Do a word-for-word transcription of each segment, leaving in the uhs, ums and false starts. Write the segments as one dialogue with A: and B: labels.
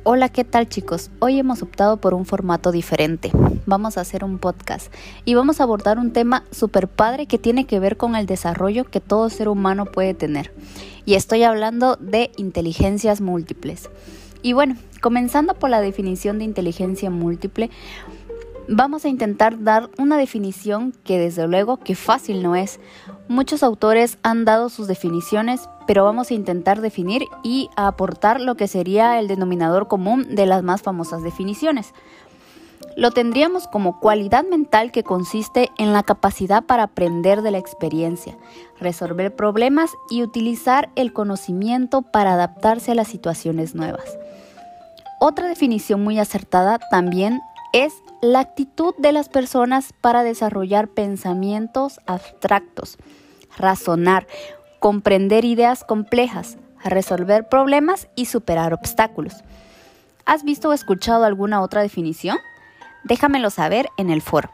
A: Hola, ¿qué tal chicos? Hoy hemos optado por un formato diferente. Vamos a hacer un podcast y vamos a abordar un tema súper padre que tiene que ver con el desarrollo que todo ser humano puede tener. Y estoy hablando de inteligencias múltiples. Y bueno, comenzando por la definición de inteligencia múltiple, vamos a intentar dar una definición que desde luego que fácil no es. Muchos autores han dado sus definiciones, pero vamos a intentar definir y aportar lo que sería el denominador común de las más famosas definiciones. Lo tendríamos como cualidad mental que consiste en la capacidad para aprender de la experiencia, resolver problemas y utilizar el conocimiento para adaptarse a las situaciones nuevas. Otra definición muy acertada también es la actitud de las personas para desarrollar pensamientos abstractos, razonar, comprender ideas complejas, resolver problemas y superar obstáculos. ¿Has visto o escuchado alguna otra definición? Déjamelo saber en el foro.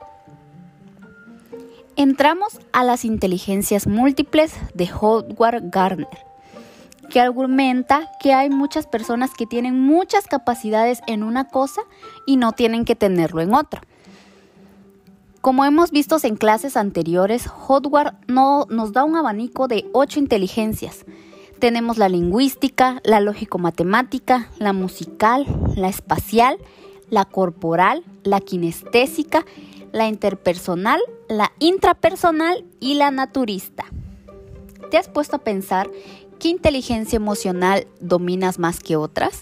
A: Entramos a las inteligencias múltiples de Howard Gardner, que argumenta que hay muchas personas que tienen muchas capacidades en una cosa y no tienen que tenerlo en otra. Como hemos visto en clases anteriores, Howard no, nos da un abanico de ocho inteligencias. Tenemos la lingüística, la lógico-matemática, la musical, la espacial, la corporal, la kinestésica, la interpersonal, la intrapersonal y la naturista. ¿Te has puesto a pensar qué inteligencia emocional dominas más que otras?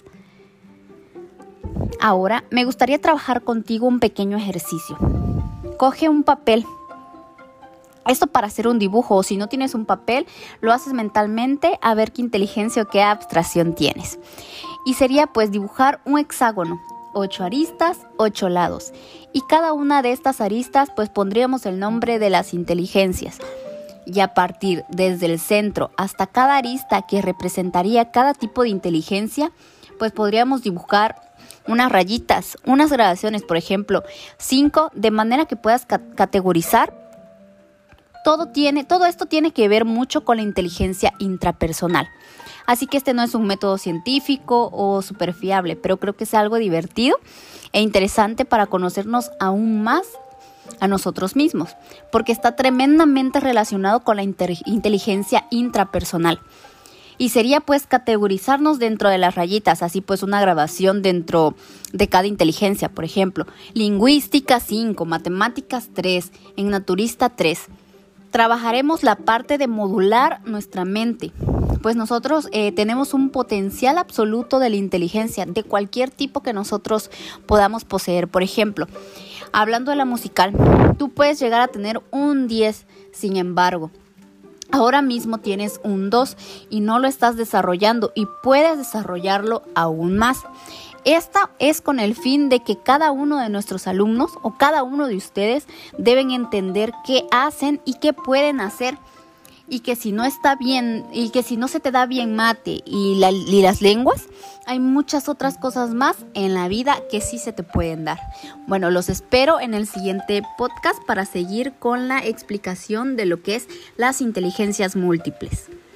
A: Ahora me gustaría trabajar contigo un pequeño ejercicio. Coge un papel. Esto para hacer un dibujo, o si no tienes un papel, lo haces mentalmente a ver qué inteligencia o qué abstracción tienes. Y sería pues dibujar un hexágono, ocho aristas, ocho lados. Y cada una de estas aristas pues pondríamos el nombre de las inteligencias. Y a partir desde el centro hasta cada arista que representaría cada tipo de inteligencia, pues podríamos dibujar unas rayitas, unas gradaciones, por ejemplo, cinco, de manera que puedas ca- categorizar. Todo, tiene, todo esto tiene que ver mucho con la inteligencia intrapersonal. Así que este no es un método científico o súper fiable, pero creo que es algo divertido e interesante para conocernos aún más a nosotros mismos, porque está tremendamente relacionado con la inter- inteligencia intrapersonal. Y sería pues categorizarnos dentro de las rayitas, así pues una grabación dentro de cada inteligencia. Por ejemplo, lingüística cinco, matemáticas tres, en naturista tres. Trabajaremos la parte de modular nuestra mente, pues nosotros eh, tenemos un potencial absoluto de la inteligencia de cualquier tipo que nosotros podamos poseer. Por ejemplo, hablando de la musical, tú puedes llegar a tener un diez, sin embargo, ahora mismo tienes un dos y no lo estás desarrollando y puedes desarrollarlo aún más. Esta es con el fin de que cada uno de nuestros alumnos o cada uno de ustedes deben entender qué hacen y qué pueden hacer. Y que si no está bien, y que si no se te da bien mate y, la, y las lenguas, hay muchas otras cosas más en la vida que sí se te pueden dar. Bueno, los espero en el siguiente podcast para seguir con la explicación de lo que es las inteligencias múltiples.